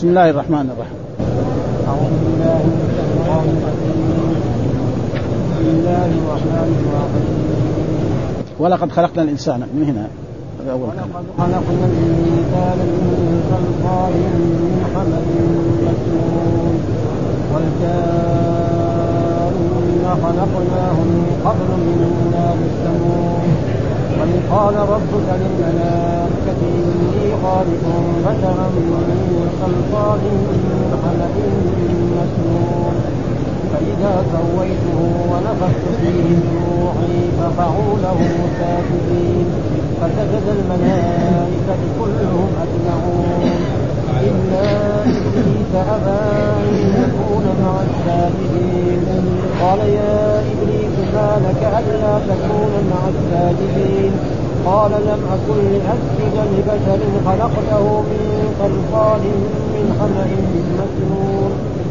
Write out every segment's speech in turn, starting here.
بسم الله الرحمن الرحيم. أعوذ بالله من الشيطان الرجيم. بسم الله الرحمن الرحيم. ولقد خلقنا الإنسان من هنا. ولقد خلقنا الإنسان من صلصال من حمأ مسنون والجان خلقناه من قبل من نار السموم وإذ قال ربك للملائكة إني خالق بشرا من صلصال من حمأ مسنون فإذا سويته ونفخت فيه من روحي فقعوا له ساجدين فسجد الملائكة كلهم أجمعون إلا إبليس أبى أن يكون مع الساجدين قال يا إبليس ما لك ألا تكون مع الساجدين قال لم أكن لأسجد لبشر خلقته من صلصال من حمأ مسنون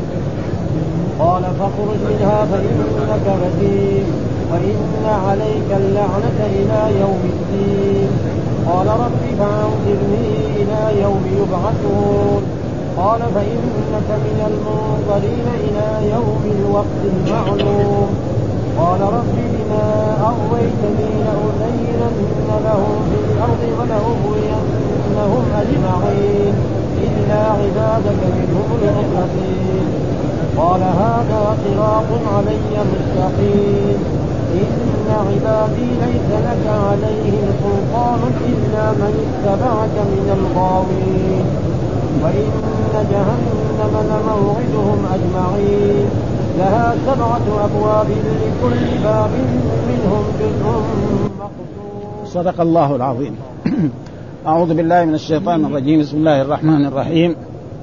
قال فاخرج منها فإنك رجيم وإن عليك اللعنة إلى يوم الدين قال رب فأنظرني إلى يوم يبعثون قال فإنك من المنظرين إلى يوم الوقت المعلوم قال رب بما أغويتني لأزينن لهم في الأرض ولأغوينهم أجمعين إلا عبادك منهم المخلصين قال هذا صراط علي مستقيم إن عبادي ليس لك عليهم سلطان إلا من اتبعك من الغاوين وإن جهنم لموعدهم أجمعين لها 7 أبواب لكل باب منهم جزء مقسوم. صدق الله العظيم. أعوذ بالله من الشيطان الرجيم. بسم الله الرحمن الرحيم.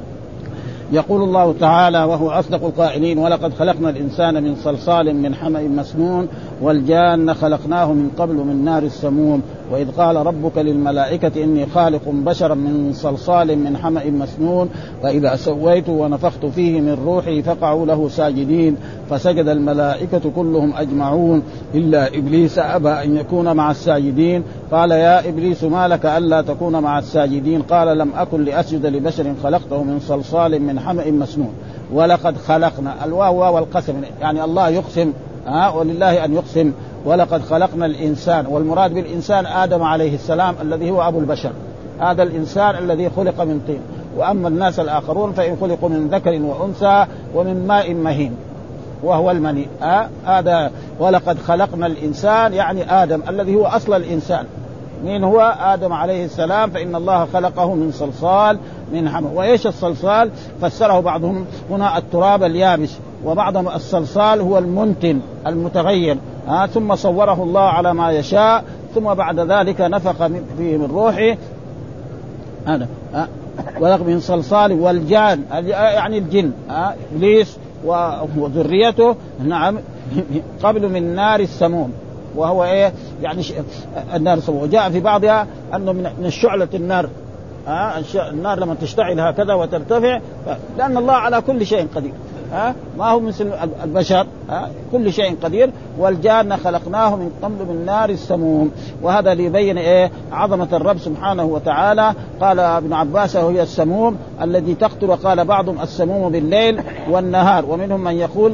يقول الله تعالى وهو أصدق القائلين ولقد خلقنا الإنسان من صلصال من حمأ مسنون والجان خلقناه من قبل من نار السموم وإذ قال ربك للملائكة إني خالق بشرا من صلصال من حمأ مسنون فإذا سويته ونفخت فيه من روحي فقعوا له ساجدين فسجد الملائكة كلهم أجمعون إلا إبليس أبى أن يكون مع الساجدين قال يا إبليس ما لك ألا تكون مع الساجدين قال لم أكن لأسجد لبشر خلقته من صلصال من حمأ مسنون ولقد خلقنا الواو والقسم يعني الله يقسم ولله أن يقسم ولقد خلقنا الإنسان والمراد بالإنسان آدم عليه السلام الذي هو أبو البشر هذا الإنسان الذي خلق من طين وأما الناس الآخرون فإن خلقوا من ذكر وأنثى ومن ماء مهين وهو المني هذا ولقد خلقنا الإنسان يعني آدم الذي هو أصل الإنسان من هو آدم عليه السلام فإن الله خلقه من صلصال من حمأ وإيش الصلصال فسره بعضهم هنا التراب اليابس وبعضهم الصلصال هو المنتن المتغير ثم صوره الله على ما يشاء ثم بعد ذلك نفخ فيه من روحه هذا ولقد من صلصال والجان يعني الجن إبليس وذريته نعم قبل من نار السموم وهو إيه يعني النار السموم وجاء في بعضها أنه من الشعلة النار النار لما تشتعل هكذا وترتفع لأن الله على كل شيء قدير ما هو مثل البشر كل شيء قدير والجان خلقناه من قبل من نار السموم وهذا ليبين إيه عظمة الرب سبحانه وتعالى قال ابن عباس وهي السموم الذي تقتل وقال بعضهم السموم بالليل والنهار ومنهم من يقول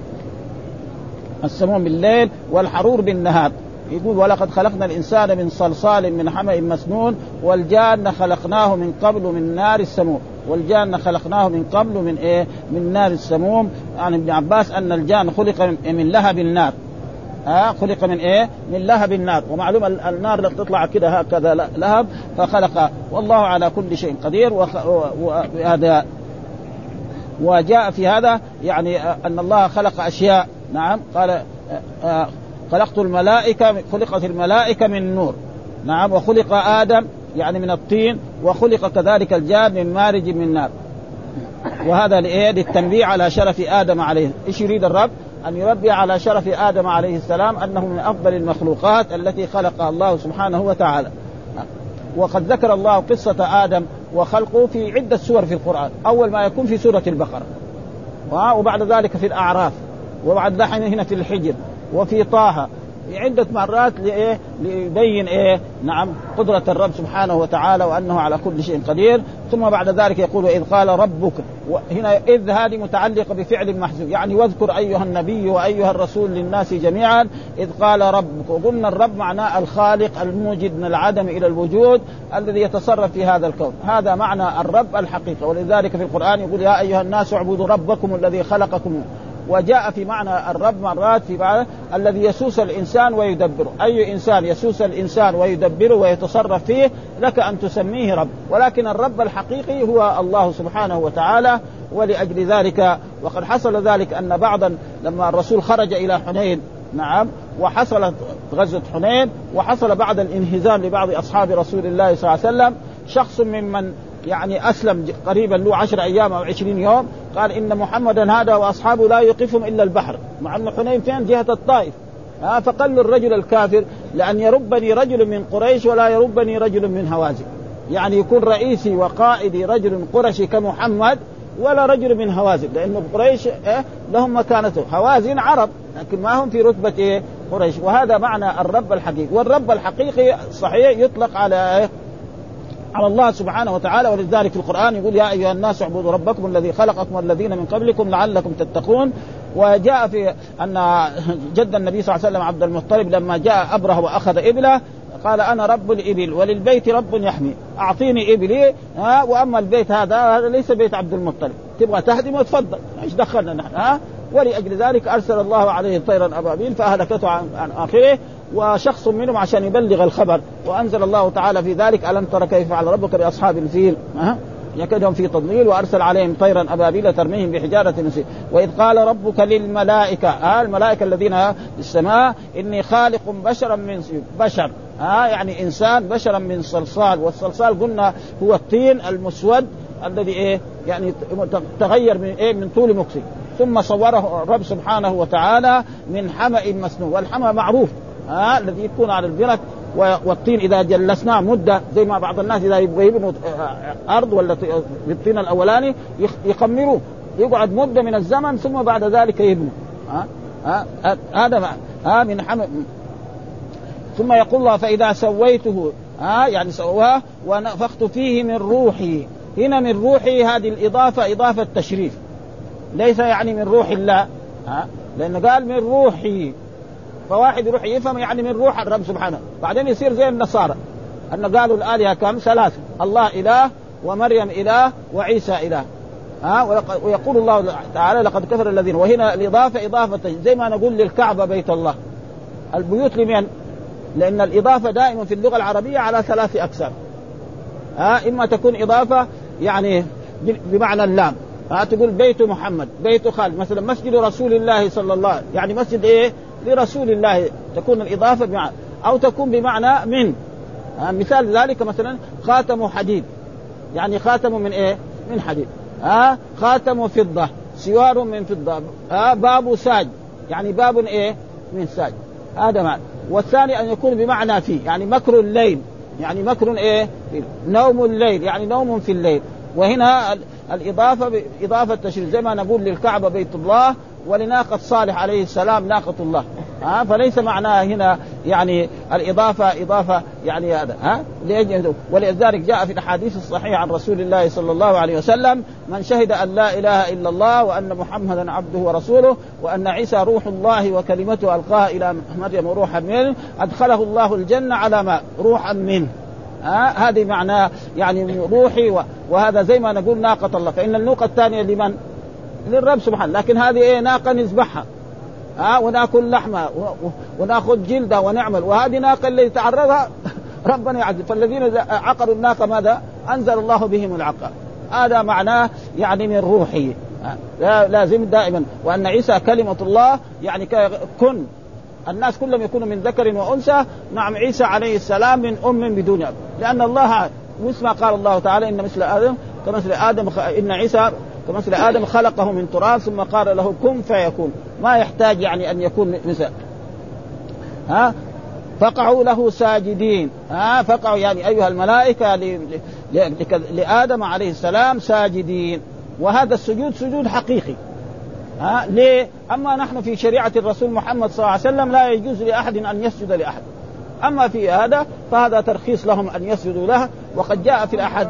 السموم بالليل والحرور بالنهار يقول ولقد خلقنا الإنسان من صلصال من حمأ مسنون والجان خلقناه من قبل من نار السموم والجان خلقناه من قبل من إيه من نار السموم يعني ابن عباس أن الجان خلق من لهب النار خلق من إيه من لهب النار ومعلوم النار تطلع كده هكذا لهب فخلق والله على كل شيء قدير وهذا وجاء في هذا يعني أن الله خلق أشياء نعم قال خلقت الملائكة خلقت الملائكة من نور نعم وخلق آدم يعني من الطين وخلق كذلك الجان من مارج من نار وهذا للتنبيه على شرف آدم عليه إيش يريد الرب أن يربي على شرف آدم عليه السلام أنه من أفضل المخلوقات التي خلقها الله سبحانه وتعالى وقد ذكر الله قصة آدم وخلقه في عدة سور في القرآن أول ما يكون في سورة البقرة وبعد ذلك في الأعراف وبعد ذلك هنا في الحجر وفي طه عدة مرات ليبين نعم قدرة الرب سبحانه وتعالى وأنه على كل شيء قدير. ثم بعد ذلك يقول إذ قال ربك، هنا إذ هذه متعلقة بفعل محذوف، يعني واذكر أيها النبي وأيها الرسول للناس جميعا إذ قال ربك. وقلنا الرب معناه الخالق الموجد من العدم إلى الوجود الذي يتصرف في هذا الكون، هذا معنى الرب الحقيقة. ولذلك في القرآن يقول يا أيها الناس اعبدوا ربكم الذي خلقكم. وجاء في معنى الرب مرات في معنى الذي يسوس الإنسان ويدبره، أي إنسان يسوس الإنسان ويدبره ويتصرف فيه لك أن تسميه رب، ولكن الرب الحقيقي هو الله سبحانه وتعالى. ولأجل ذلك وقد حصل ذلك أن بعضا لما الرسول خرج إلى حنين نعم وحصلت غزوة حنين وحصل بعد الانهزام لبعض أصحاب رسول الله صلى الله عليه وسلم، شخص ممن يعني أسلم قريبا له 10 أيام أو 20 يوم قال إن محمدا هذا وأصحابه لا يقفهم إلا البحر، مع أن حنين فين جهة الطائف. فقال الرجل الكافر لأن يربني رجل من قريش ولا يربني رجل من هوازن، يعني يكون رئيسي وقائدي رجل قرشي كمحمد ولا رجل من هوازن، لأنه قريش لهم مكانته، هوازن عرب لكن ما هم في رتبة قريش. وهذا معنى الرب الحقيقي. والرب الحقيقي صحيح يطلق على الله سبحانه وتعالى. ولذلك في القرآن يقول يا أيها الناس اعبدوا ربكم الذي خلقكم والذين من قبلكم لعلكم تتقون. وجاء في أن جد النبي صلى الله عليه وسلم عبد المطلب لما جاء أبره وأخذ إبله قال أنا رب الإبل وللبيت رب يحمي، أعطيني إبلي وأما البيت هذا ليس بيت عبد المطلب، تبغى تهدم وتفضل إيش دخلنا نحن. ولأجل ذلك أرسل الله عليه طيرا أبابيل فأهلكته عن آخره، وشخص منهم عشان يبلغ الخبر. وأنزل الله تعالى في ذلك ألم تر كيف فعل ربك بأصحاب الفيل يكدهم في تضليل وأرسل عليهم طيرا أبابيل ترميهم بحجارة من سجيل. وإذ قال ربك للملائكة الملائكة الذين في السماء إني خالق بشرا من بشر يعني إنسان بشرا من صلصال. والصلصال قلنا هو الطين المسود الذي يعني تغير من من طول مكسي، ثم صوره الرب سبحانه وتعالى من حمأ مسنون. والحمأ معروف الذي يكون على البرك، والطين إذا جلسناه مدة زي ما بعض الناس إذا يبنوا أرض ولا بالطين الأولاني يخمروه يقعد مدة من الزمن ثم بعد ذلك يبنوا هذا من حمأ. ثم يقول الله فإذا سويته يعني سواه ونفخت فيه من روحي. هنا من روحي هذه الإضافة إضافة تشريف، ليس يعني من روح الله لأنه قال من روحي، فواحد يروح يفهم يعني من روح الرب سبحانه، بعدين يصير زي النصارى أن قالوا الآلهة كم 3، الله إله ومريم إله وعيسى إله ويقول الله تعالى لقد كفر الذين. وهنا الإضافة إضافة زي ما نقول للكعبة بيت الله. البيوت لمن؟ لأن الإضافة دائما في اللغة العربية على 3 أقسام. إما تكون إضافة يعني بمعنى اللام، تقول بيت محمد، بيت خالد، مثلا مسجد رسول الله صلى الله عليه وسلم يعني مسجد لرسول الله، تكون الإضافة بمعنى، أو تكون بمعنى من. مثال ذلك مثلا خاتم حديد يعني خاتم من من حديد، خاتم فضة، سوار من فضة، باب ساج يعني باب من ساج، هذا معنى. والثاني أن يكون بمعنى فيه يعني مكر الليل يعني مكر نوم الليل يعني نوم في الليل. وهنا الإضافة إضافة تشريف زي ما نقول للكعبة بيت الله ولناقة صالح عليه السلام ناقة الله، فليس معناه هنا يعني الإضافة إضافة يعني هذا ولذلك جاء في الحديث الصحيح عن رسول الله صلى الله عليه وسلم من شهد أن لا إله إلا الله وأن محمدا عبده ورسوله وأن عيسى روح الله وكلمته ألقاها إلى مريم روحا منه أدخله الله الجنة على ما روحا منه. هذه معناه يعني روحي وهذا زي ما نقول ناقة الله. فإن النوقة الثانية لمن؟ للرب سبحانه، لكن هذه ناقة نذبحها ونأكل لحمها ونأخذ جلدها ونعمل، وهذه ناقة اللي يتعرضها ربنا يعذب. فالذين عقروا الناقة ماذا؟ أنزل الله بهم العقاب. هذا معناه يعني من روحي لازم دائما. وأن عيسى كلمة الله يعني كن الناس كلهم يكونوا من ذكر وأنثى، نعم عيسى عليه السلام من أم بدون أب، لأن الله مثل ما قال الله تعالى إن مثل آدم كمثل آدم إن عيسى كمثل آدم خلقه من تراب ثم قال له كن فيكون، ما يحتاج يعني أن يكون مثل فقعوا له ساجدين. فقعوا يعني أيها الملائكة لآدم عليه السلام ساجدين. وهذا السجود سجود حقيقي ليه؟ أما نحن في شريعة الرسول محمد صلى الله عليه وسلم لا يجوز لأحد أن يسجد لأحد، أما في هذا فهذا ترخيص لهم أن يسجدوا له، وقد جاء في الأحد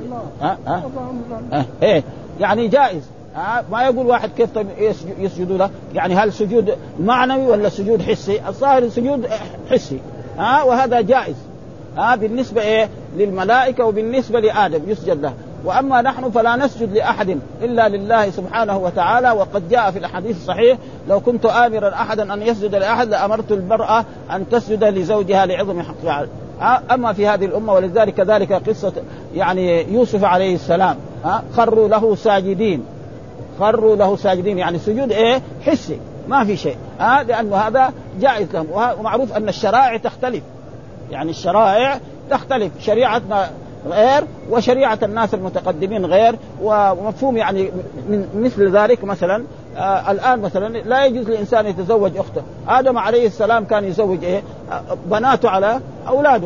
يعني جائز. ما يقول واحد كيف يسجدوا له، يعني هل سجود معنوي ولا سجود حسي؟ الظاهر سجود حسي، وهذا جائز بالنسبة للملائكة وبالنسبة لآدم يسجد له. وأما نحن فلا نسجد لأحد إلا لله سبحانه وتعالى، وقد جاء في الحديث الصحيح لو كنت آمرا أحدا أن يسجد لأحد لأمرت المرأة أن تسجد لزوجها لعظم حقها. أما في هذه الأمة، ولذلك كذلك قصة يعني يوسف عليه السلام خروا له ساجدين، خروا له ساجدين، يعني سجود حسي ما في شيء، لأنه هذا جائز لهم. ومعروف أن الشرائع تختلف، يعني الشرائع تختلف، شريعتنا غير وشريعة الناس المتقدمين غير، ومفهوم يعني مثل ذلك. مثلا الآن مثلا لا يجوز لإنسان يتزوج أخته. آدم عليه السلام كان يزوج بناته على أولاده،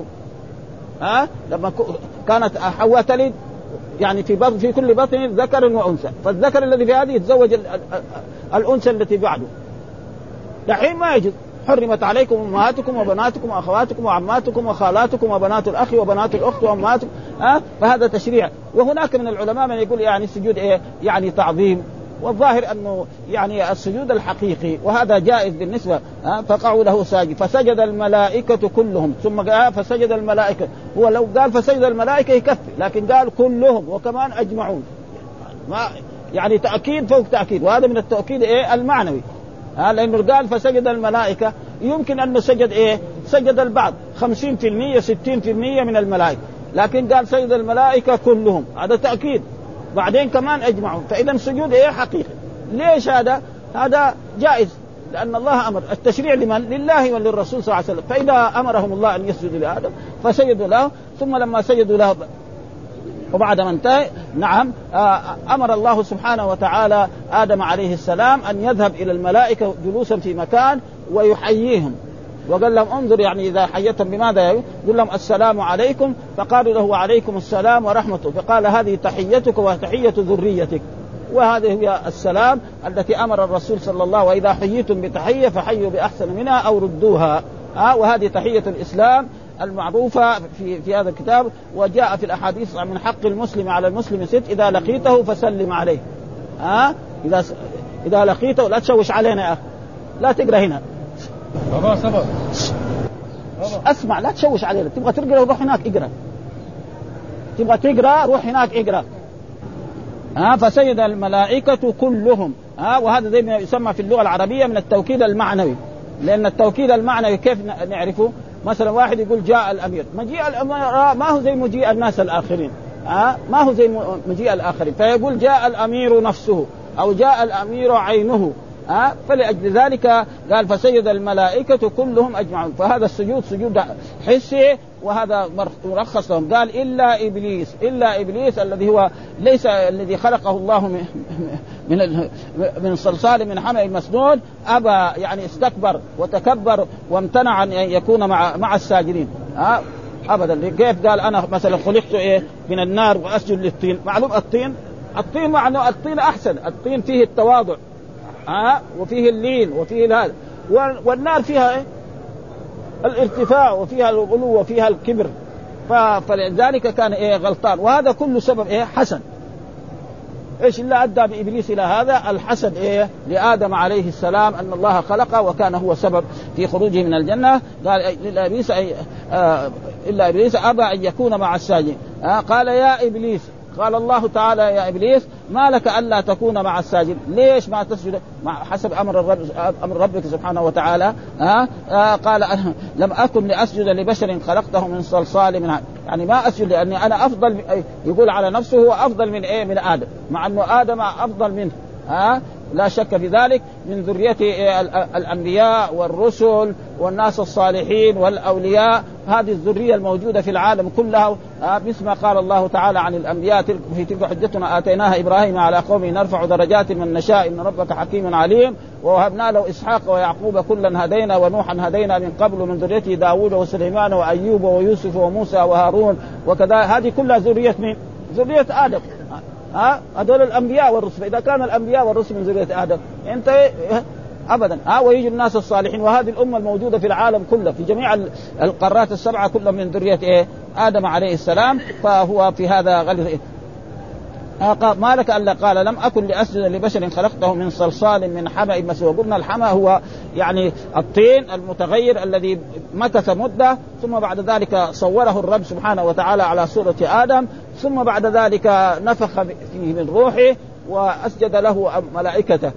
لما كانت حواء تلد يعني في كل بطن ذكر وأنثى، فالذكر الذي في هذه يتزوج الأنثى التي بعده. دحين ما يجوز، حرمت عليكم أمهاتكم وبناتكم وأخواتكم وعماتكم وخالاتكم وبنات الأخ وبنات الأخت وأمهاتكم، فهذا تشريع. وهناك من العلماء من يقول يعني السجود يعني تعظيم، والظاهر أنه يعني السجود الحقيقي، وهذا جائز بالنسبة. فقعوا له ساجد فسجد الملائكة كلهم، ثم قال فسجد الملائكة. هو لو قال فسجد الملائكة يكفي، لكن قال كلهم وكمان أجمعون، يعني تأكيد فوق تأكيد، وهذا من التأكيد المعنوي. لأنه قال فسجد الملائكة، يمكن أنه سجد سجد البعض 50% 60% من الملائكة، لكن قال سجد الملائكة كلهم، هذا تأكيد. بعدين كمان أجمعون، فإذا السجود حقيقي. ليش هذا جائز؟ لأن الله أمر. التشريع لمن؟ لله وللرسول صلى الله عليه وسلم. فإذا أمرهم الله أن يسجدوا لآدم فسجدوا له، ثم لما سجدوا له وبعد ما انتهى أمر الله سبحانه وتعالى آدم عليه السلام أن يذهب إلى الملائكة جلوسا في مكان ويحييهم، وقال لهم انظر يعني إذا حيتهم بماذا يقول لهم السلام عليكم، فقالوا له وعليكم السلام ورحمته، فقال هذه تحيتك وتحية ذريتك، وهذه هي السلام التي أمر الرسول صلى الله عليه وسلم وإذا حييتم بتحية فحيوا بأحسن منها أو ردوها. وهذه تحية الإسلام المعروفة في هذا الكتاب. وجاء في الأحاديث من حق المسلم على المسلم 6: إذا لقيته فسلم عليه. إذا لقيته لا تشوش علينا يا أخي، لا تقرأ هنا بابا صبر اسمع، لا تشوش علينا. تبغى تقرأ روح هناك اقرأ، تبغى تقرأ روح هناك اقرأ. فسجد الملائكة كلهم. وهذا زي ما يسمى في اللغة العربية من التوكيد المعنوي، لأن التوكيد المعنوي كيف نعرفه؟ مثلا واحد يقول جاء الأمير، مجيء الأمير ما هو زي مجيء الناس الآخرين، ما هو زي مجيء الآخرين، فيقول جاء الأمير نفسه أو جاء الأمير عينه. فلأجل ذلك قال فسجد الملائكة كلهم أجمعون. فهذا السجود سجود حسي، وهذا مرخص لهم. قال إلا إبليس، إلا إبليس الذي هو ليس الذي خلقه الله من صلصال من حمأ مسنون، أبى يعني استكبر وتكبر وامتنع أن يكون مع الساجدين. أبدا. كيف قال أنا مثلا خلقت من النار وأسجد للطين؟ معلوم الطين معنى الطين أحسن، الطين فيه التواضع وفيه اللين وفيه هذا، والنار فيها الارتفاع وفيها الغلو وفيها الكبر، فلذلك كان غلطان. وهذا كله سبب حسن. ايش اللي ادى بابليس الى هذا؟ الحسد لادم عليه السلام، ان الله خلقه وكان هو سبب في خروجه من الجنه. قال الا ابليس ابى ان يكون مع الساجدين. قال يا ابليس، قال الله تعالى يا إبليس ما لك ألا تكون مع الساجد؟ ليش ما تسجد حسب أمر ربك سبحانه وتعالى؟ قال لم أكن لأسجد لبشر خلقته من صلصال من يعني ما أسجد لأني أنا أفضل. يقول على نفسه هو أفضل من من آدم، مع أنه آدم أفضل منه لا شك في ذلك، من ذرية الأنبياء والرسل والناس الصالحين والأولياء. هذه الذرية الموجودة في العالم كلها، مثل ما قال الله تعالى عن الأنبياء في تلك حجتنا آتيناها إبراهيم على قومه نرفع درجات من نشاء إن ربك حكيم عليم. ووهبنا له إسحاق ويعقوب كلا هدينا ونوحا هدينا من قبل من ذريته داود وسليمان وأيوب ويوسف وموسى وهارون وكذا. هذه كلها ذرية من ذرية آدم. هذول الأنبياء والرسل. إذا كان الأنبياء والرسل من ذرية آدم أنت أبدا ويجي الناس الصالحين. وهذه الأمة الموجودة في العالم كله في جميع القارات السبعة كلها من ذرية آدم عليه السلام. فهو في هذا غلط. ما لك ألا قال لم أكن لأسجد لبشر خلقته من صلصال من حمأ مسنون. قلنا الحمأ هو يعني الطين المتغير الذي مكث مدة ثم بعد ذلك صوره الرب سبحانه وتعالى على صورة آدم ثم بعد ذلك نفخ فيه من روحه وأسجد له ملائكته.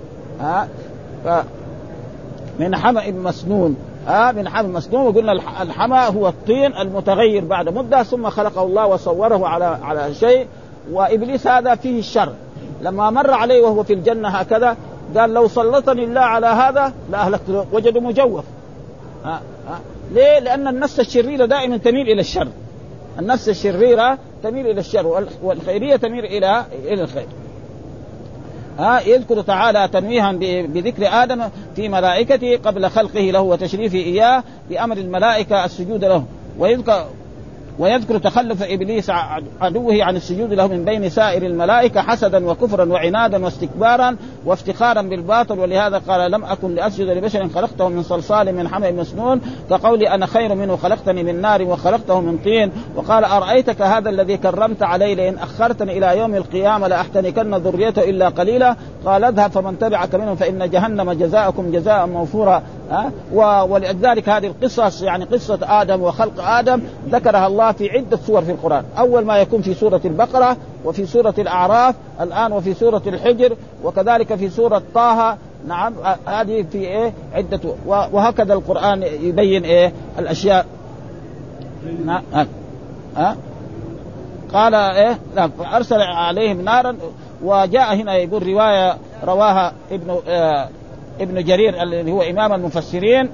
من حمأ مسنون من حمأ مسنون. وقلنا الحمأ هو الطين المتغير بعد مدة ثم خلقه الله وصوره على شيء. وإبليس هذا فيه الشر لما مر عليه وهو في الجنة هكذا قال لو سلطني الله على هذا لأهلكته. وجد مجوف. ليه؟ لأن النفس الشريرة دائما تميل إلى الشر. النفس الشريرة تميل إلى الشر والخيرية تميل إلى الخير. يذكر تعالى تنويها بذكر آدم في ملائكته قبل خلقه له وتشريفه إياه بأمر الملائكة السجود له. ويذكر تخلف إبليس عدوه عن السجود له من بين سائر الملائكة حسدا وكفرا وعنادا واستكبارا وافتخارا بالباطل. ولهذا قال لم أكن لأسجد لبشر خلقته من صلصال من حمأ مسنون كقولي أنا خير منه خلقتني من نار وخلقته من طين. وقال أرأيتك هذا الذي كرمت علي لئن أخرتني إلى يوم القيامة لأحتنكن ذريته إلا قليلا. قال اذهب فمن تبعك منهم فإن جهنم جزاءكم جزاء موفورا. ولذلك هذه القصص يعني قصة آدم وخلق آدم ذكرها الله في عدة سور في القرآن. أول ما يكون في سورة البقرة وفي سورة الأعراف الآن وفي سورة الحجر وكذلك في سورة طه. نعم هذه في عدة وهكذا القرآن يبين الأشياء. قال لا فأرسل عليهم نارا. وجاء هنا يقول رواية رواها ابن جرير اللي هو إمام المفسرين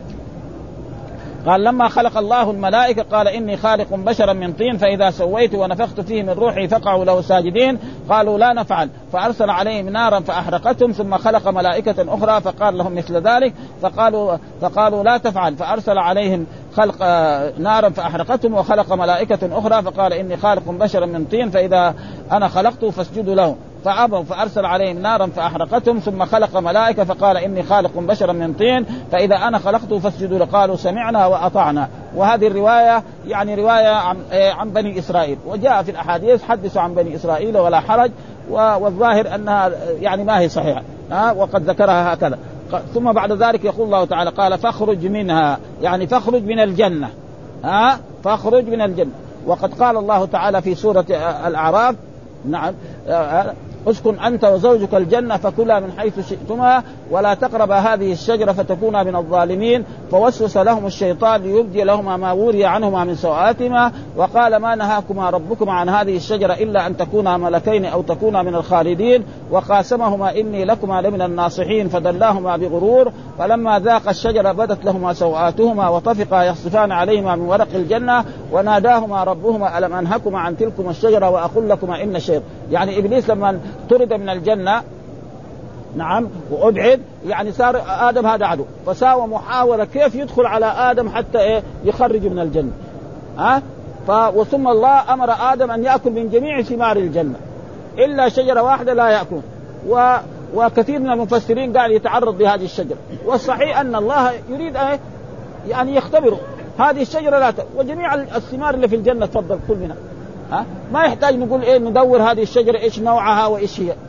قال لما خلق الله الملائكة قال إني خالق بشرا من طين فإذا سويت ونفخت فيه من روحي فقعوا له ساجدين. قالوا لا نفعل فأرسل عليهم نارا فأحرقتهم ثم خلق ملائكة أخرى فقال لهم مثل ذلك فقالوا لا تفعل فأرسل عليهم خلق نارا فأحرقتهم وخلق ملائكة أخرى فقال إني خالق بشرا من طين فإذا أنا خلقته فاسجدوا له فأبوا فأرسل عليهم نارا فأحرقتهم ثم خلق ملائكة فقال إني خالق بشرا من طين فإذا أنا خلقته فاسجدوا له قالوا سمعنا وأطعنا. وهذه الرواية يعني رواية عن بني إسرائيل وجاء في الأحاديث حدثوا عن بني إسرائيل ولا حرج. والظاهر أنها يعني ما هي صحيحة وقد ذكرها هكذا. ثم بعد ذلك يقول الله تعالى قال فاخرج منها يعني فاخرج من الجنة فاخرج من الجنة. وقد قال الله تعالى في سورة الأعراف نعم اسكن أنت وزوجك الجنة فكلا من حيث شئتما ولا تقربا هذه الشجرة فتكونا من الظالمين. فوسوس لهم الشيطان ليبدي لهما ما وري عنهما من سوآتهما وقال ما نهاكما ربكما عن هذه الشجرة إلا أن تكونا ملكين أو تكونا من الخالدين. وقاسمهما إني لكما لمن الناصحين فدلاهما بغرور فلما ذاق الشجرة بدت لهما سوآتهما وطفقا يخصفان عليهما من ورق الجنة وناداهما ربهما ألم أنهكما عن تلكما الشجرة وأقول لكما إن الشيطان يعني إبليس لما طرد من الجنة نعم وأبعد يعني صار آدم هذا عدو فساوى محاولة كيف يدخل على آدم حتى يخرج من الجنة وثم الله أمر آدم أن يأكل من جميع ثمار الجنة إلا شجرة واحدة لا يأكل. وكثير من المفسرين قاعد يتعرض بهذه الشجرة والصحيح أن الله يريد يعني يختبره هذه الشجرة لا وجميع الثمار اللي في الجنة تفضل كل منها ما يحتاج نقول ندور هذه الشجرة إيش نوعها وإيش هي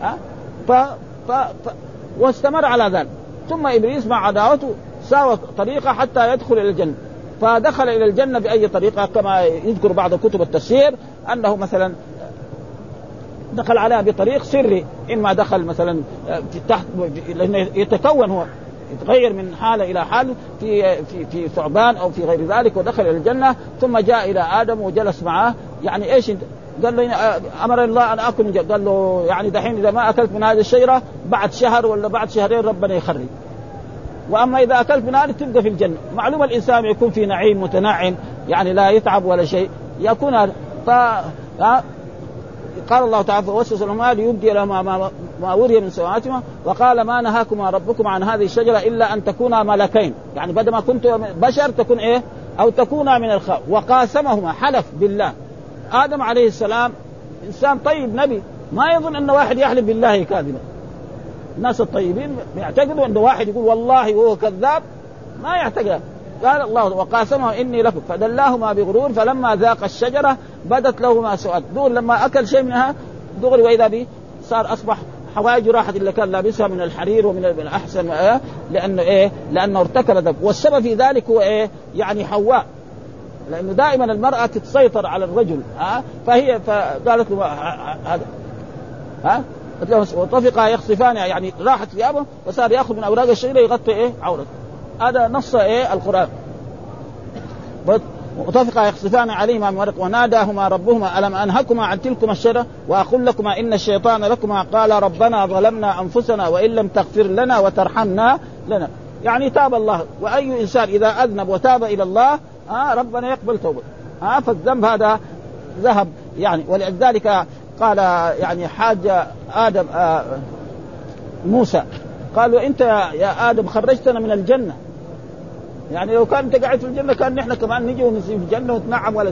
واستمر على ذلك. ثم إبليس مع عداوته ساوى طريقة حتى يدخل إلى الجنة فدخل إلى الجنة بأي طريقة كما يذكر بعض كتب التفسير أنه مثلا دخل عليها بطريق سري إما دخل مثلا في تحت لأنه يتكون هو يتغير من حالة إلى حال في ثعبان أو في غير ذلك ودخل إلى الجنة ثم جاء إلى آدم وجلس معه يعني إيش قال له أمر الله أن أكل قال له يعني دحين إذا ما أكلت من هذه الشجرة بعد شهر ولا بعد شهرين ربنا يخرج وأما إذا أكلت من هذه تبقى في الجنة. معلومة الإنسان يكون في نعيم متنعم يعني لا يتعب ولا شيء يكون قال الله تعالى فوسوس لهما ليبدي لهما ما وري من سوآتهما وقال ما نهاكما ربكما عن هذه الشجرة إلا أن تكونا ملكين يعني بدل ما كنت بشر تكون أو تكونا من وقاسمهما حلف بالله. آدم عليه السلام إنسان طيب نبي ما يظن أن واحد يحلف بالله كاذبا. الناس الطيبين يعتقدوا أن واحد يقول والله وهو كذاب، ما يعتقد. قال الله وقاسمهم إني لكم فدلاهما بغرور فلما ذاق الشجرة بدت لهما سوءات. دول لما أكل شيء منها دغري وإذا به صار أصبح حواجه راحت اللي كان لابسها من الحرير ومن الأحسن لأنه لأنه ارتكب ذنب. والسبب في ذلك هو يعني حواء، لأنه دائما المرأة تتسيطر على الرجل فهي فقالت له هذا وطفقا يخصفان يعني راحت ثيابه وصار يأخذ من أوراق الشجرة يغطي عورته. هذا نص القرآن. وطفقا يخصفان عليهما من ورق وناداهما ربهما ألم أنهكما عن تلكما الشجرة وأقول لكما إن الشيطان لكما قال ربنا ظلمنا أنفسنا وإن لم تغفر لنا وترحمنا لنا. يعني تاب الله، وأي إنسان إذا أذنب وتاب إلى الله ربنا يقبل توبه فالذنب هذا ذهب يعني. ولذلك قال يعني حاج آدم موسى قالوا أنت يا آدم خرجتنا من الجنة، يعني لو كان أنت قاعد في الجنة كان نحن كمان نجي ونسيب الجنة ونتنعم ولا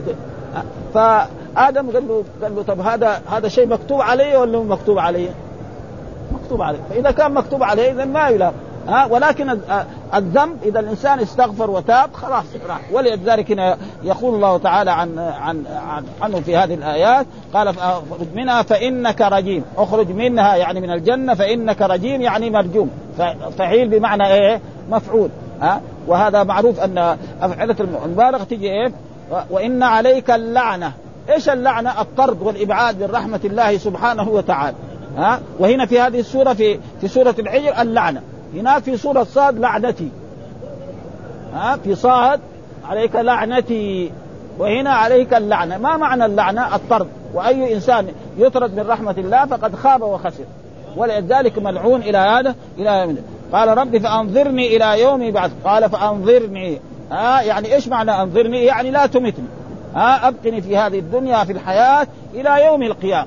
فآدم قال له طب هذا شيء مكتوب عليه ولا مكتوب عليه؟ مكتوب عليه. فإذا كان مكتوب عليه إذن ما يلام ولكن الذنب إذا الإنسان استغفر وتاب خلاص راح. ولذلك هنا يقول الله تعالى عنه في هذه الآيات قال اخرج منها فإنك رجيم. اخرج منها يعني من الجنة فإنك رجيم يعني مرجوم. فعيل بمعنى مفعول وهذا معروف أن أفعلة المبالغة تجي وإن عليك اللعنة. إيش اللعنة؟ الطرد والإبعاد من رحمة الله سبحانه وتعالى وهنا في هذه السورة في سورة الحجر اللعنة، هنا في سورة صاد لعنتي في صاد عليك لعنتي وهنا عليك اللعنة. ما معنى اللعنة؟ الطرد، وأي إنسان يطرد من رحمة الله فقد خاب وخسر، ولذلك ملعون إلى هذا إلى يوم. قال رب فأنظرني إلى يوم يبعث. قال فأنظرني يعني إيش معنى أنظرني؟ يعني لا تمتني أبقني في هذه الدنيا في الحياة إلى يوم القيامة.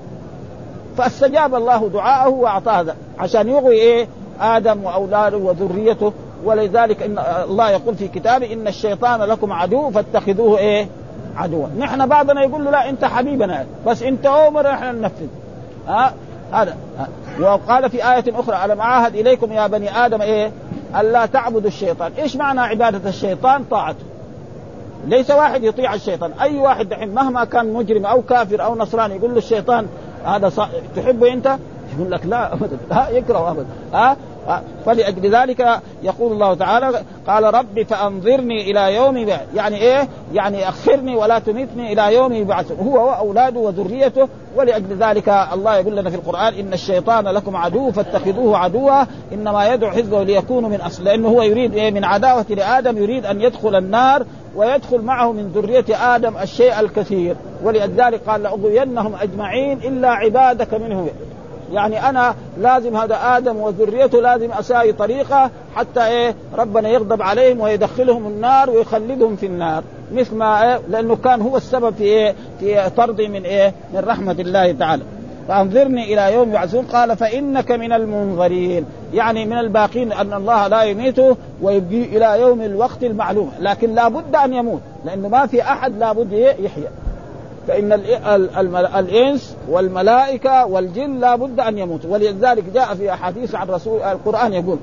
فاستجاب الله دعاءه وأعطاه عشان يغوي آدم وأولاده وذريته. ولذلك إن الله يقول في كتابه إن الشيطان لكم عدو فاتخذوه عدوا. نحن بعضنا يقول له لا أنت حبيبنا بس أنت أمر إحنا ننفذ هذا. وقال في آية أخرى ألم أعهد إليكم يا بني آدم ألا تعبدوا الشيطان. إيش معنى عبادة الشيطان؟ طاعته. ليس واحد يطيع الشيطان، أي واحد دحين مهما كان مجرم أو كافر أو نصراني يقول له الشيطان هذا تحبه أنت؟ يقول لك لا أبدا يكره أبدا فلأجل ذلك يقول الله تعالى قال ربي فأنظرني إلى يوم يعني يعني أخرني ولا تمتني إلى يوم يبعث هو وأولاده وذريته. ولأجل ذلك الله يقول لنا في القرآن إن الشيطان لكم عدو فاتخذوه عدوا إنما يدعو حزبه ليكونوا من أصل. لأنه هو يريد من عداوة لآدم يريد أن يدخل النار ويدخل معه من ذرية آدم الشيء الكثير. ولذلك قال لأغوينهم أجمعين إلا عبادك منهم. يعني أنا لازم هذا آدم وذريته لازم أساوي طريقة حتى ربنا يغضب عليهم ويدخلهم النار ويخلدهم في النار مثل ما لأنه كان هو السبب في طردي من رحمة الله تعالى. فأنظرني إلى يوم يبعثون. قال فإنك من المنظرين يعني من الباقين أن الله لا يميته ويبقي إلى يوم الوقت المعلوم، لكن لا بد أن يموت لأنه ما في أحد لا بد يحيى. فإن الإنس والملائكة والجن لا بد أن يموتوا. ولذلك جاء في أحاديث عن رسول القرآن يقول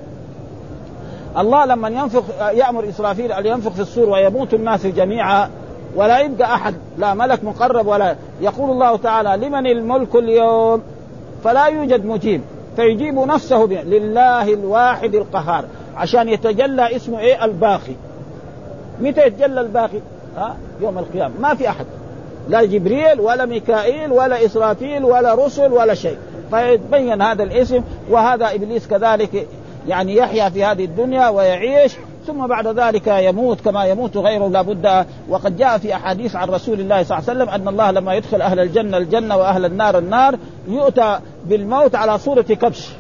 الله لما يأمر إسرافيل أن ينفخ في الصور ويموت الناس جميعا ولا يبقى أحد لا ملك مقرب ولا يقول الله تعالى لمن الملك اليوم فلا يوجد مجيب فيجيب نفسه لله الواحد القهار عشان يتجلى اسمه الباقي. متى يتجلى الباقي؟ يوم القيامة. ما في أحد لا جبريل ولا ميكائيل ولا إسرافيل ولا رسل ولا شيء فيتبين هذا الاسم. وهذا إبليس كذلك يعني يحيا في هذه الدنيا ويعيش ثم بعد ذلك يموت كما يموت غيره لا بد. وقد جاء في أحاديث عن رسول الله صلى الله عليه وسلم أن الله لما يدخل أهل الجنة الجنة وأهل النار النار يؤتى بالموت على صورة كبش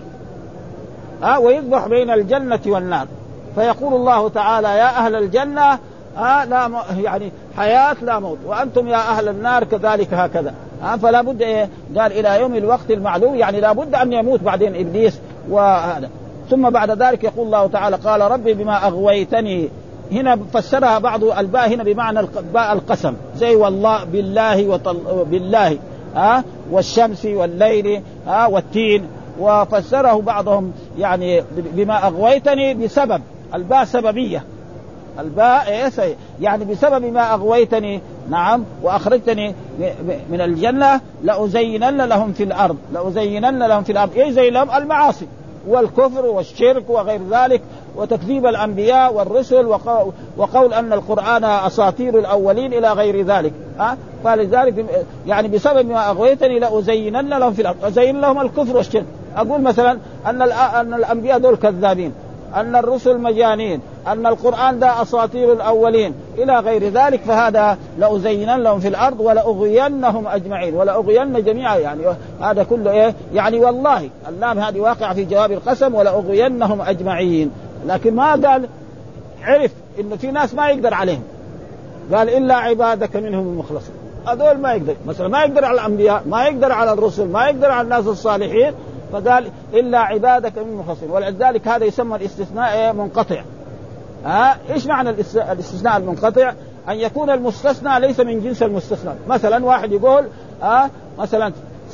ويذبح بين الجنة والنار فيقول الله تعالى يا أهل الجنة لا يعني حياة لا موت وأنتم يا أهل النار كذلك هكذا فلا بد قال إلى يوم الوقت المعلوم يعني لا بد أن يموت بعدين إبليس وهذا. ثم بعد ذلك يقول الله تعالى قال ربي بما أغويتني. هنا فسرها بعض الباء هنا بمعنى باء القسم زي والله بالله بالله والشمس والليل والتين. وفسره بعضهم يعني بما أغويتني بسبب الباء سببية، الباء يعني بسبب ما أغويتني نعم وأخرجتني من الجنة لأزينن لهم في الأرض، لأزينن لهم في الأرض يزين لهم المعاصي والكفر والشرك وغير ذلك وتكذيب الأنبياء والرسل وقول أن القرآن أساطير الأولين إلى غير ذلك. فلذلك يعني بسبب ما أغويتني لأزينن لهم في الأرض، أزين لهم الكفر والشرك. أقول مثلا أن الأنبياء دول كذابين، أن الرسل مجانين، أن القرآن ده أساطير الأولين إلى غير ذلك، فهذا لأزينن لهم في الأرض ولأغوينهم أجمعين، ولأغوين جميعا يعني هذا كله يعني والله اللام هذه واقع في جواب القسم ولأغوينهم أجمعين. لكن ما قال عرف إنه في ناس ما يقدر عليهم، قال إلا عبادك منهم المخلصين. هذول ما يقدر، مثلا ما يقدر على الأنبياء، ما يقدر على الرسل، ما يقدر على الناس الصالحين، فقال إلا عبادك من المخلصين. ولذلك هذا يسمى الاستثناء منقطع. إيش معنى الاستثناء المنقطع؟ أن يكون المستثنى ليس من جنس المستثنى. مثلا واحد يقول مثلا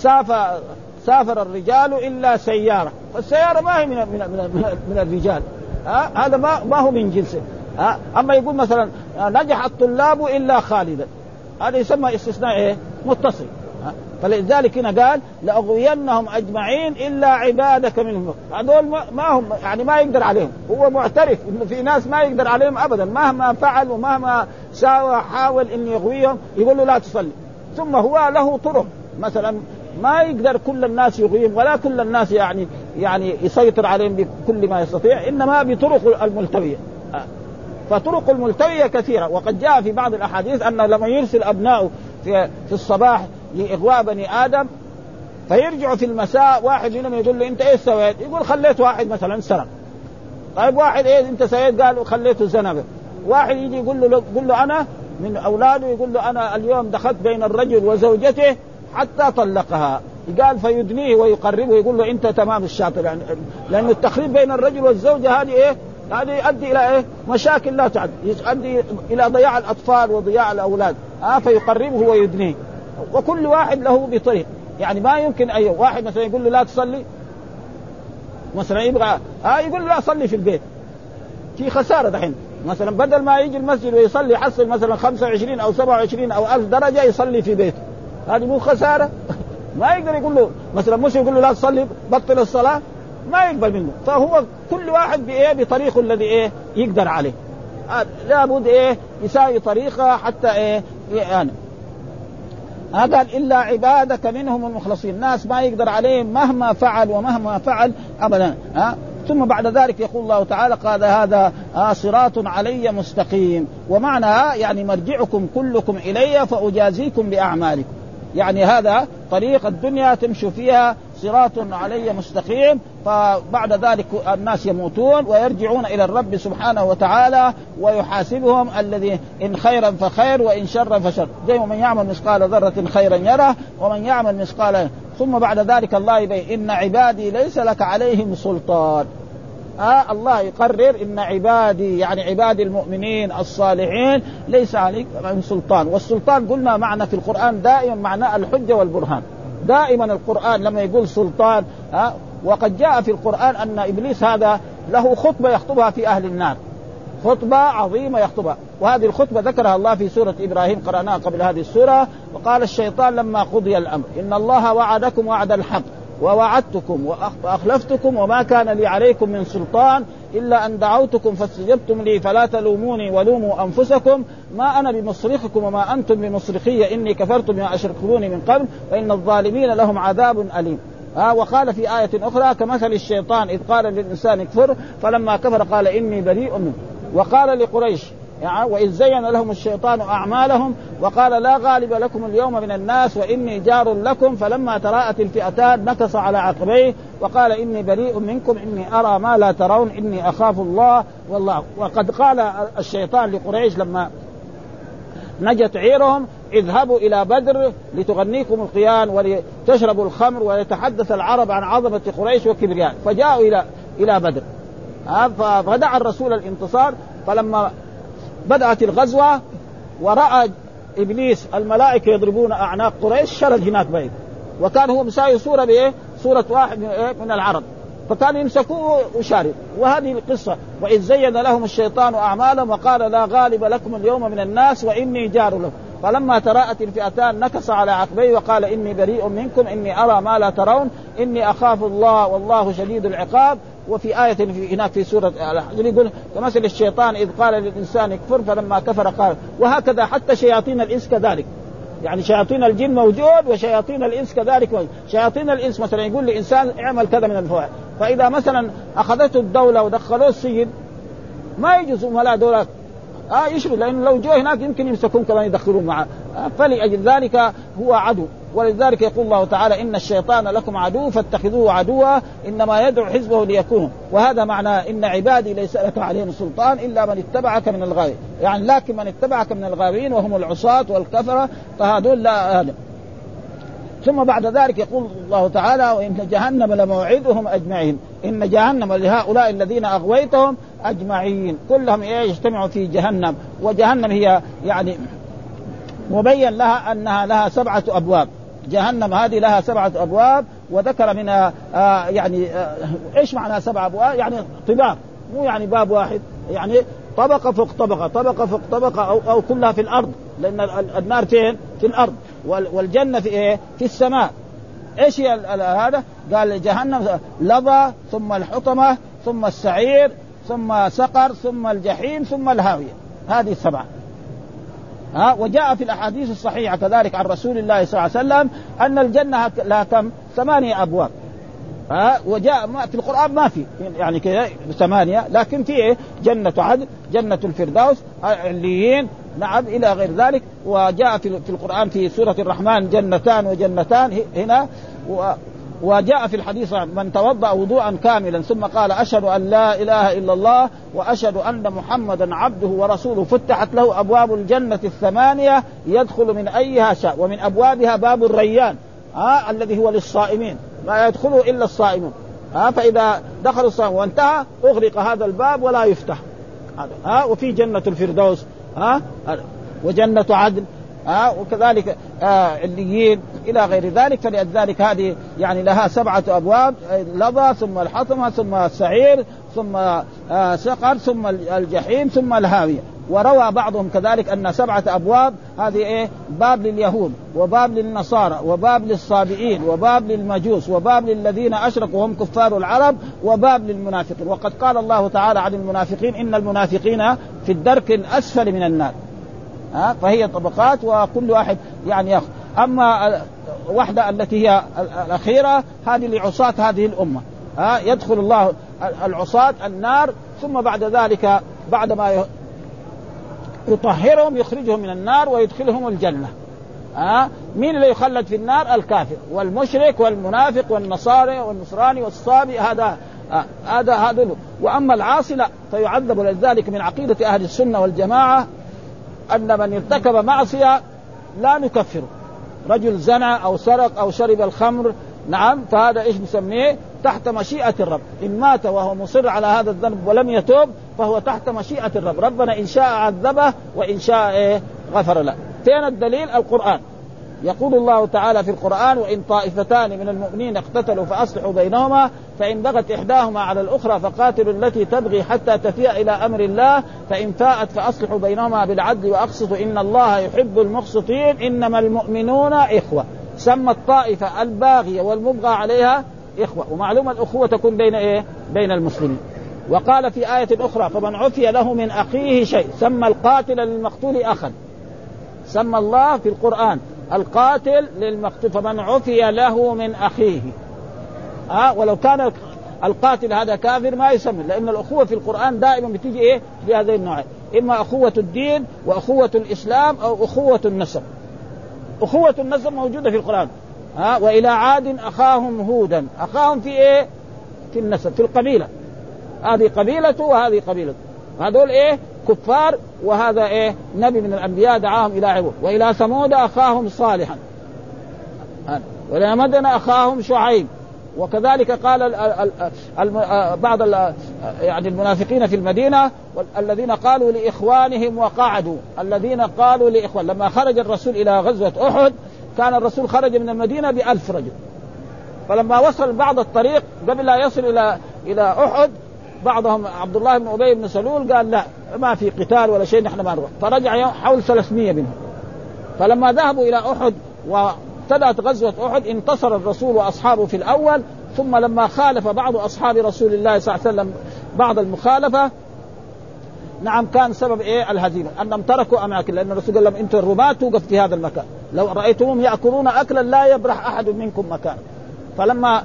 سافر الرجال إلا سيارة، فالسيارة ما هي من الرجال، هذا ما هو من جنسه. أما يقول مثلا نجح الطلاب إلا خالدا، هذا يسمى استثناء متصل. فلذلك هنا قال لأغوينهم أجمعين إلا عبادك منهم. هذول ما هم يعني ما يقدر عليهم، هو معترف إنه في ناس ما يقدر عليهم أبدا، مهما فعل ومهما ساوى حاول إن يغويهم يقول له لا تصلي. ثم هو له طرق، مثلا ما يقدر كل الناس يغويهم ولا كل الناس يعني يسيطر عليهم بكل ما يستطيع، إنما بطرق الملتوية. فطرق الملتوية كثيرة، وقد جاء في بعض الأحاديث أن لما يرسل أبناءه في الصباح لإغواء بني آدم فيرجعوا في المساء، واحد منهم يقول له أنت إيه سويت؟ يقول خليت واحد مثلا سرق. طيب واحد إيه أنت سويت؟ قال خليته زنب. واحد يجي يقول له أنا من أولاده، يقول له أنا اليوم دخلت بين الرجل وزوجته حتى طلقها، قال فيدنيه ويقربه، يقول له أنت تمام الشاطر، لأن التخريب بين الرجل والزوجة هذه هذه يؤدي إلى مشاكل لا تعد، يؤدي إلى ضياع الأطفال وضياع الأولاد. فيقربه ويدنيه، وكل واحد له بطريق. يعني ما يمكن أي واحد مثلا يقول له لا تصلي، مثلا يبغى يقول له لا صلي في البيت، في خسارة دحين. مثلا بدل ما يجي المسجد ويصلي يحصل مثلا 25 أو 27 أو 1000 درجة يصلي في بيته، هذه مو خسارة؟ ما يقدر يقول له مثلا مش يقول له لا تصلي بطل الصلاة، ما يقبل منه. فهو كل واحد بطريقه الذي يقدر عليه، لابد يساوي طريقة حتى يعني هذا إلا عبادك منهم المخلصين. الناس ما يقدر عليهم مهما فعل ومهما فعل أبدا. ثم بعد ذلك يقول الله تعالى قال هذا صراط علي مستقيم، ومعنى يعني مرجعكم كلكم إلي فأجازيكم بأعمالكم. يعني هذا طريق الدنيا تمشوا فيها صراط علي مستقيم، فبعد ذلك الناس يموتون ويرجعون إلى الرب سبحانه وتعالى ويحاسبهم، الذي إن خيرا فخير وإن شرا فشر، زي من يعمل مثقال ذرة خيرا يره ومن يعمل مثقال. ثم بعد ذلك الله يبين إن عبادي ليس لك عليهم سلطان. الله يقرر إن عبادي يعني عبادي المؤمنين الصالحين ليس عليهم سلطان. والسلطان قلنا معنى في القرآن دائما معناه الحجة والبرهان. دائما القرآن لما يقول سلطان وقد جاء في القرآن أن إبليس هذا له خطبة يخطبها في أهل النار، خطبة عظيمة يخطبها، وهذه الخطبة ذكرها الله في سورة إبراهيم قرأناها قبل هذه السورة. وقال الشيطان لما قضي الأمر إن الله وعدكم وعد الحق ووعدتكم وأخلفتكم وما كان لي عليكم من سلطان إلا أن دعوتكم فاستجبتم لي فلا تلوموني ولوموا أنفسكم ما أنا بمصرخكم وما أنتم بمصرخي إني كفرت بما أشركتموني من قبل وإن الظالمين لهم عذاب أليم. وقال في آية أخرى كمثل الشيطان إذ قال للإنسان اكفر فلما كفر قال إني بريء منه. وقال لقريش وإذ زين لهم الشيطان أعمالهم وقال لا غالب لكم اليوم من الناس وإني جار لكم فلما تراءت الفئتان نكص على عقبيه وقال إني بريء منكم إني أرى ما لا ترون إني أخاف الله والله. وقد قال الشيطان لقريش لما نجت عيرهم اذهبوا إلى بدر لتغنيكم القيان ولتشربوا الخمر ويتحدث العرب عن عظمة قريش وكبرياء، فجاءوا إلى بدر فدعا الرسول الانتصار. فلما بدأت الغزوة ورأى إبليس الملائكة يضربون أعناق قريش شرد هناك بعيد، وكان هو مساوي صورة بإيه؟ صورة واحد من العرب، فكان يمسكوه وشارد. وهذه القصة: وإذ زين لهم الشيطان أعمالهم وقال لا غالب لكم اليوم من الناس وإني جار لكم فلما تراءت الفئتان نكص على عقبيه وقال إني بريء منكم إني أرى ما لا ترون إني أخاف الله والله شديد العقاب. وفي آية هناك في سورة الحجر يقول كمثل الشيطان إذ قال للإنسان اكفر فلما كفر قال. وهكذا حتى شياطين الإنس كذلك، يعني شياطين الجن موجود وشياطين الإنس كذلك موجود. شياطين الإنس مثلا يقول لإنسان اعمل كذا من الفوائد، فإذا مثلا أخذته الدولة ودخلوه السجن ما يجوز ولا دولة يشرب، لأنه لو جوا هناك يمكن يمسكون كمان يدخلون معه، فلأجل ذلك هو عدو. ولذلك يقول الله تعالى إن الشيطان لكم عدو فاتخذوه عدوا إنما يدعو حزبه ليكونوا. وهذا معنى إن عبادي ليس لك عليهم سلطان إلا من اتبعك من الغاوين، يعني لكن من اتبعك من الغاوين وهم العصاة والكفرة فهذول لا هذا. ثم بعد ذلك يقول الله تعالى وإن جهنم لموعدهم أجمعين، إن جهنم لهؤلاء الذين أغويتهم أجمعين كلهم يجتمعوا في جهنم. وجهنم هي يعني مبين لها أنها لها 7 أبواب. جهنم هذه لها 7 أبواب، وذكر منها إيش معنى 7 أبواب؟ يعني طباق، مو يعني باب واحد، يعني طبقة فوق طبقة، طبقة فوق طبقة، أو كلها في الأرض، لأن النار فين؟ في الأرض، والجنة في إيه؟ في السماء. إيش هي هذا؟ قال جهنم لظى ثم الحطمة ثم السعير ثم سقر ثم الجحيم ثم الهاوية. هذه 7. وجاء في الأحاديث الصحيحة كذلك عن رسول الله صلى الله عليه وسلم أن الجنة لها كم؟ 8 أبواب. وجاء في القرآن ما في يعني كذا 8، لكن في جنة عدن، جنة الفردوس، عليين، نعم، إلى غير ذلك. وجاء في القرآن في سورة الرحمن جنتان وجنتان هنا. وجاء في الحديث من توضأ وضوءا كاملا ثم قال أشهد أن لا إله إلا الله وأشهد أن محمدا عبده ورسوله فتحت له أبواب الجنة 8 يدخل من أيها شاء، ومن أبوابها باب الريان الذي هو للصائمين لا يدخله إلا الصائمون. فإذا دخل الصائم وانتهى أغلق هذا الباب ولا يفتح. وفي جنة الفردوس وجنة عدن وكذلك عليين إلى غير ذلك. فلذلك هذه يعني لها 7 أبواب: لظى ثم الحطمة ثم السعير ثم سقر ثم الجحيم ثم الهاوية. وروى بعضهم كذلك أن 7 أبواب هذه باب لليهود وباب للنصارى وباب للصابئين وباب للمجوس وباب للذين أشركوا وهم كفار العرب وباب للمنافقين. وقد قال الله تعالى عن المنافقين إن المنافقين في الدرك الأسفل من النار. فهي طبقات وكل واحد يعني يأخذ. أما واحدة التي هي الأخيرة هذه لعصاة هذه الأمة، يدخل الله العصاة النار ثم بعد ذلك بعد ما يطهرهم يخرجهم من النار ويدخلهم الجنة. مين اللي يخلد في النار؟ الكافر والمشرك والمنافق والنصراني والصابئ، هذا. وأما العاصي لا، فيعذب. لذلك من عقيدة أهل السنة والجماعة أن من ارتكب معصية لا نكفره. رجل زنى أو سرق أو شرب الخمر، نعم، فهذا إيش نسميه؟ تحت مشيئة الرب. إن مات وهو مصر على هذا الذنب ولم يتوب فهو تحت مشيئة الرب. ربنا إن شاء عذبه وإن شاء غفر له. فين الدليل؟ القرآن. يقول الله تعالى في القرآن وإن طائفتان من المؤمنين اقتتلوا فأصلحوا بينهما فإن بغت إحداهما على الأخرى فقاتلوا التي تبغي حتى تفيء إلى أمر الله فإن فاءت فأصلحوا بينهما بالعدل وأقسطوا إن الله يحب المقسطين إنما المؤمنون إخوة. سمى الطائفة الباغية والمبغى عليها إخوة. ومعلومة الأخوة تكون بين المسلمين. وقال في آية أخرى فمن عفي له من أخيه شيء سمى القاتل للمقتول أخا. سمى الله في القرآن القاتل للمقتول فمن عفي له من أخيه. ولو كان القاتل هذا كافر ما يسمى، لأن الأخوة في القرآن دائما بتيجي بهذين النوعين: إما أخوة الدين وأخوة الإسلام أو أخوة النسب. أخوة النسب موجودة في القرآن. وإلى عاد أخاهم هودا. أخاهم في في النسب، في القبيلة. هذه قبيلته وهذه قبيلته. هذول كفار، وهذا نبي من الأنبياء دعاهم إلى عبود. وإلى ثمود أخاهم صالحا، وإلى مدين أخاهم شعيب، وكذلك قال بعض يعني المنافقين في المدينة الذين قالوا لإخوانهم وقعدوا، الذين قالوا لإخوان. لما خرج الرسول إلى غزوة أحد كان الرسول خرج من المدينة ب1000 رجل، فلما وصل بعض الطريق قبل لا يصل إلى أحد بعضهم عبد الله بن أبي بن سلول قال لا ما في قتال ولا شيء نحن ما نروح، فرجع حول 300 منهم. فلما ذهبوا إلى أحد وابتدأت غزوة أحد انتصر الرسول وأصحابه في الأول، ثم لما خالف بعض أصحاب رسول الله صلى الله عليه وسلم بعض المخالفة نعم كان سبب الهزيمة أنهم تركوا أماكن، لأن الرسول قال لهم أنتم الرماة توقف في هذا المكان، لو رأيتمهم يأكلون أكلا لا يبرح أحد منكم مكان. فلما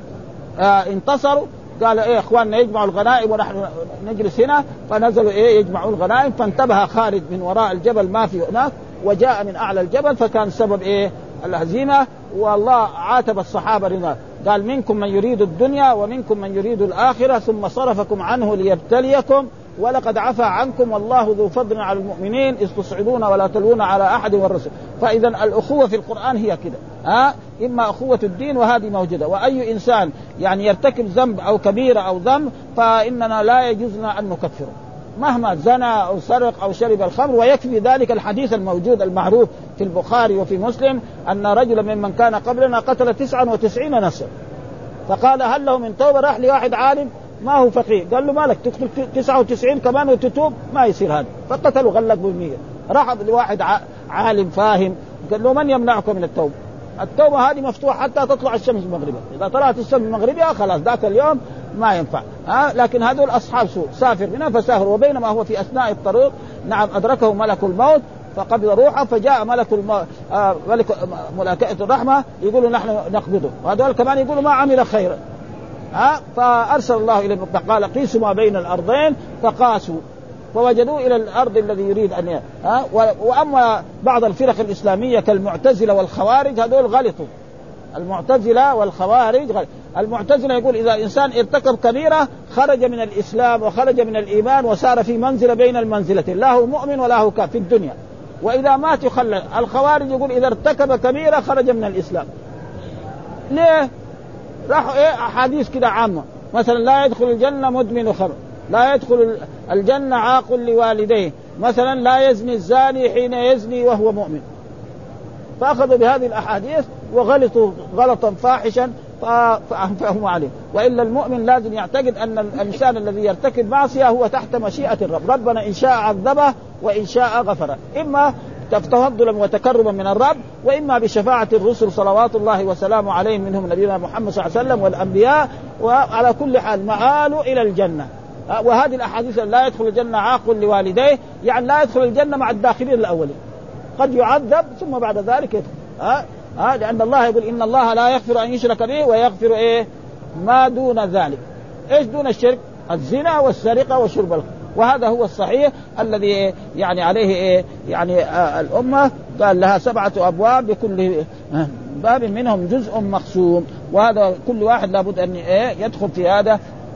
انتصروا قال إخواننا يجمعوا الغنائم ونحن نجلس هنا، فنزلوا يجمعوا الغنائم، فانتبه خالد من وراء الجبل ما في هناك وجاء من أعلى الجبل، فكان سبب الهزيمة. والله عاتب الصحابة رضا قال منكم من يريد الدنيا ومنكم من يريد الآخرة ثم صرفكم عنه ليبتليكم ولقد عفا عنكم والله ذو فضل على المؤمنين إذ تصعدون ولا تلوون على أحد والرسل. فإذا الأخوة في القرآن هي كده، إما أخوة الدين وهذه موجودة. وأي إنسان يعني يرتكب ذنب أو كبيرة أو ذنب فإننا لا يجوزنا أن نكفره مهما زنى أو سرق أو شرب الخمر. ويكفي ذلك الحديث الموجود المعروف في البخاري وفي مسلم أن رجلا ممن كان قبلنا قتل 99 نفسا، فقال هل له من توبة؟ راح لواحد عالم ما هو فقيه قال له مالك تقتل 99 كمان وتتوب؟ ما يصير هذا، فقتلوا غلق بالمية. راح لواحد عالم فاهم قال له من يمنعك من التوبة؟ التوبة هذه مفتوحة حتى تطلع الشمس المغربية، إذا طلعت الشمس المغربية خلاص ذاك اليوم ما ينفع. لكن هذول أصحاب سوء سافر منها فسافر، وبينما هو في أثناء الطريق نعم أدركه ملك الموت فقبض روحه، فجاء ملك ملائكة الرحمة يقولوا نحن نقبضه، وهذول كمان يقولوا ما عمل خيرا. فأرسل الله إليهم فقال قيسوا ما بين الأرضين، فقاسوا فوجدوا إلى الأرض الذي يريد أن وأما بعض الفرق الإسلامية كالمعتزلة والخوارج هذول غلطوا. المعتزلة والخوارج المعتزلة يقول إذا الإنسان ارتكب كبيرة خرج من الإسلام وخرج من الإيمان وصار في منزلة بين المنزلتين، لا هو مؤمن ولا هو كافر في الدنيا، وإذا مات يخلد. الخوارج يقول إذا ارتكب كبيرة خرج من الإسلام. ليه؟ راحوا أحاديث كده عامة، مثلا لا يدخل الجنة مدمن خمر، لا يدخل الجنة عاق لوالديه، مثلا لا يزني الزاني حين يزني وهو مؤمن. فأخذوا بهذه الأحاديث وغلطوا غلطا فاحشا فهم عليه. وإلا المؤمن لازم يعتقد أن الإنسان الذي يرتكب معصية هو تحت مشيئة الرب، ربنا إن شاء عذبه وإن شاء غفره، إما تفضلا وتكرما من الرب، وإما بشفاعة الرسل صلوات الله وسلامه عليهم منهم نبينا محمد صلى الله عليه وسلم والأنبياء، وعلى كل حال مآله إلى الجنة. وهذه الأحاديث لا يدخل الجنة عاق لوالديه يعني لا يدخل الجنة مع الداخلين الأولين، قد يعذب ثم بعد ذلك يدخل. لأن الله يقول إن الله لا يغفر أن يشرك به ويغفر ما دون ذلك. إيش دون الشرك؟ الزنا والسرقة وشرب الخمر. وهذا هو الصحيح الذي يعني عليه يعني الأمة قال لها 7 أبواب بكل باب منهم جزء مقسوم، وهذا كل واحد لابد أن يدخل في هذا.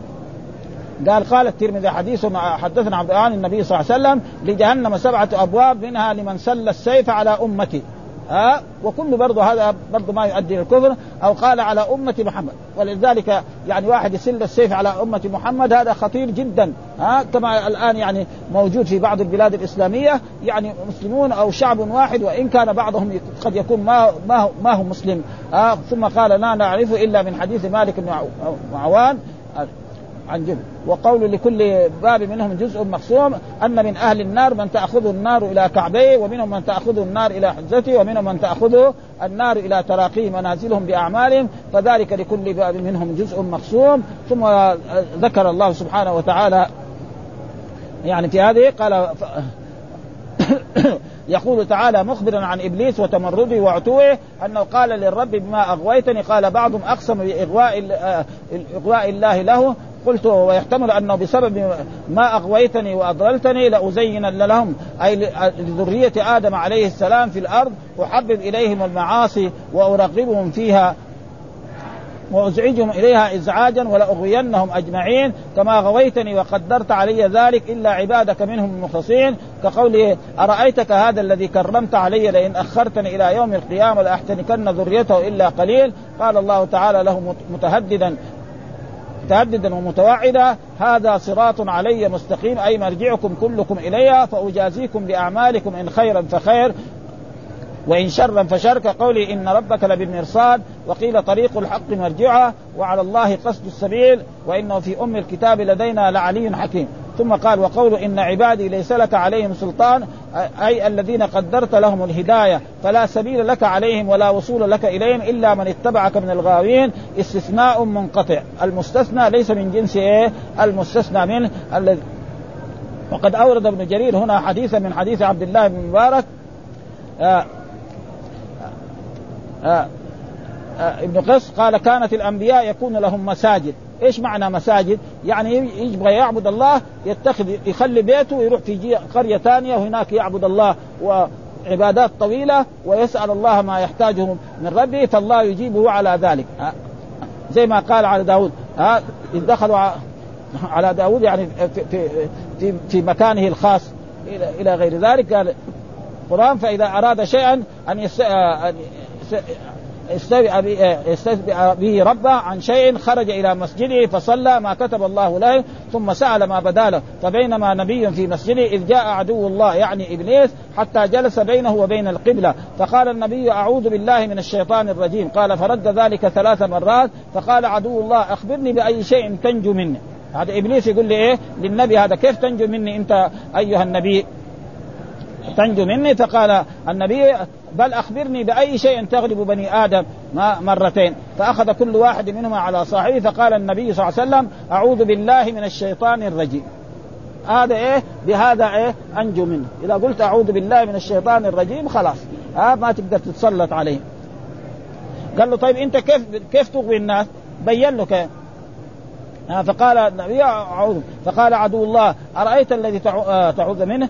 قال الترمذي حديث حدثنا عبد الرحمن النبي صلى الله عليه وسلم لجهنم 7 أبواب منها لمن سل السيف على أمتي. وكل برضه هذا برضه ما يؤدي للكفر، أو قال على أمة محمد. ولذلك يعني واحد يسل السيف على أمة محمد هذا خطير جدا، كما الآن يعني موجود في بعض البلاد الإسلامية، يعني مسلمون أو شعب واحد وإن كان بعضهم قد يكون ما هو مسلم. ثم قال لا نعرف إلا من حديث مالك بن عوان عن جبل. وقول لكل باب منهم جزء مقسوم أن من أهل النار من تأخذه النار إلى كعبيه، ومنهم من تأخذه النار إلى حجته، ومنهم من تأخذه النار إلى تراقيه منازلهم بأعمالهم، فذلك لكل باب منهم جزء مقسوم. ثم ذكر الله سبحانه وتعالى يعني في هذه قال يقول تعالى مخبرا عن إبليس وتمرده وعتوه أنه قال للرب بما أغويتني، قال بعضهم أقسم بإغواء الله له، قلت ويحتمل أنه بسبب ما أغويتني وأضللتني لأزين لهم أي لذرية آدم عليه السلام في الأرض، أحبب إليهم المعاصي وأرغبهم فيها وأزعجهم إليها إزعاجا ولأغوينهم أجمعين كما غويتني وقدرت علي ذلك إلا عبادك منهم المخلصين. كقوله أرأيتك هذا الذي كرمت علي لئن أخرتني إلى يوم القيامة لأحتنكن ذريته إلا قليل. قال الله تعالى له متهددا ومتوعدا هذا صراط علي مستقيم أي مرجعكم كلكم إليها فأجازيكم بأعمالكم إن خيرا فخير وإن شرا فشر. كقولي إن ربك لبالمرصاد وقيل طريق الحق مرجعها وعلى الله قصد السبيل وإنه في أم الكتاب لدينا لعلي حكيم. ثم قال وقول إن عبادي ليس لك عليهم سلطان أي الذين قدرت لهم الهداية فلا سبيل لك عليهم ولا وصول لك إليهم إلا من اتبعك من الغاوين. استثناء منقطع المستثنى ليس من جنس المستثنى منه. وقد أورد ابن جرير هنا حديثا من حديث عبد الله بن مبارك ابن قس قال كانت الأنبياء يكون لهم مساجد. إيش معنى مساجد؟ يعني يبغى يعبد الله يخلي بيته ويروح في قرية ثانية وهناك يعبد الله وعبادات طويلة ويسأل الله ما يحتاجه من ربه فالله يجيبه على ذلك. زي ما قال على داود إذ دخلوا على داود يعني في مكانه الخاص إلى غير ذلك. قال القرآن فإذا أراد شيئا أن يستهزئ به ربه عن شيء خرج إلى مسجده فصلى ما كتب الله له ثم سأل ما بدا له. فبينما نبي في مسجده إذ جاء عدو الله يعني إبليس حتى جلس بينه وبين القبلة فقال النبي أعوذ بالله من الشيطان الرجيم. قال فرد ذلك 3 مرات فقال عدو الله أخبرني بأي شيء تنجو مني. هذا إبليس يقول لي إيه للنبي هذا كيف تنجو مني أنت أيها النبي تنجو مني؟ فقال النبي بل أخبرني بأي شيء تغلب بني آدم مرتين. فأخذ كل واحد منهما على صاحبه فقال النبي صلى الله عليه وسلم أعوذ بالله من الشيطان الرجيم. هذا إيه بهذا إيه أنجو منه. إذا قلت أعوذ بالله من الشيطان الرجيم خلاص ما تقدر تتسلط عليه. قال له طيب أنت كيف تغوي الناس؟ بين له كيف. فقال النبي أعوذ. فقال عدو الله أرأيت الذي تعوذ منه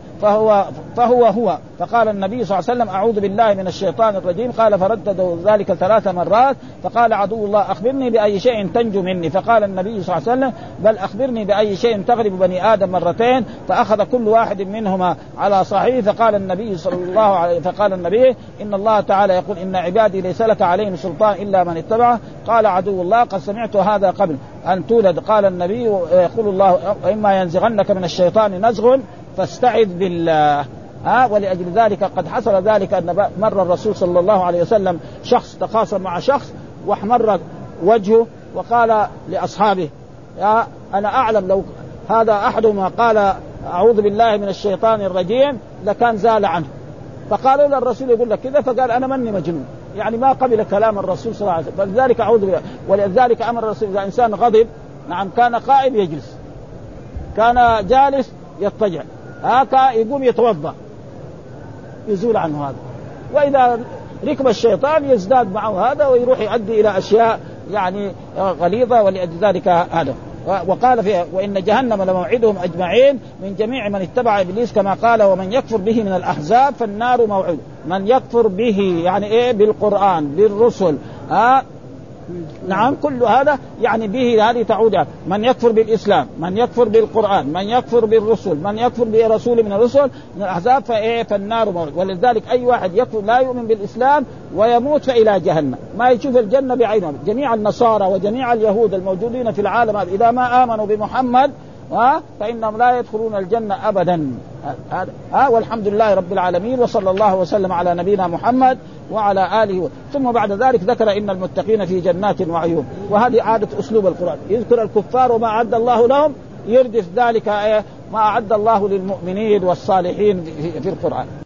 فهو. فقال النبي صلى الله عليه وسلم أعوذ بالله من الشيطان الرجيم. قال فردد ذلك 3 مرات فقال عدو الله أخبرني بأي شيء تنجو مني. فقال النبي صلى الله عليه وسلم بل أخبرني بأي شيء تغلب بني آدم مرتين. فأخذ كل واحد منهما على صاحبه فقال النبي صلى الله عليه فقال النبي إن الله تعالى يقول إن عبادي ليس لك عليهم سلطان إلا من اتبعه. قال عدو الله قد سمعت هذا قبل أن تولد. قال النبي يقول الله إما ينزغنك من الشيطان نزغ فاستعذ بالله. ولأجل ذلك قد حصل ذلك أن مر الرسول صلى الله عليه وسلم شخص تخاصم مع شخص واحمر وجهه وقال لأصحابه أنا أعلم لو هذا أحدهما قال أعوذ بالله من الشيطان الرجيم لكان زال عنه. فقالوا للرسول يقول لك كذا فقال أنا مني مجنون يعني ما قبل كلام الرسول صلى الله عليه وسلم. فلذلك أعوذ بالله. ولذلك أمر الرسول إذا إنسان غضب نعم كان قائم يجلس كان جالس يضطجع يقوم يتوضأ يزول عنه هذا. وإذا ركب الشيطان يزداد معه هذا ويروح يؤدي إلى أشياء يعني غليظة. ولأجل ذلك هذا وقال فيها وإن جهنم لموعدهم أجمعين من جميع من اتبع إبليس كما قال ومن يكفر به من الأحزاب فالنار موعد. من يكفر به يعني إيه بالقرآن بالرسل نعم كل هذا يعني به هذه تعود من يكفر بالإسلام من يكفر بالقرآن من يكفر بالرسل من يكفر برسول من الرسل من الأحزاب فالنار موعد. ولذلك أي واحد يكفر لا يؤمن بالإسلام ويموت فإلى جهنم ما يشوف الجنة بعينه. جميع النصارى وجميع اليهود الموجودين في العالم إذا ما آمنوا بمحمد فإنهم لا يدخلون الجنة أبدا. والحمد لله رب العالمين وصلى الله وسلم على نبينا محمد وعلى آله. ثم بعد ذلك ذكر إن المتقين في جنات وعيون. وهذه عادة أسلوب القرآن يذكر الكفار وما أعد الله لهم يردف ذلك ما أعد الله للمؤمنين والصالحين في القرآن.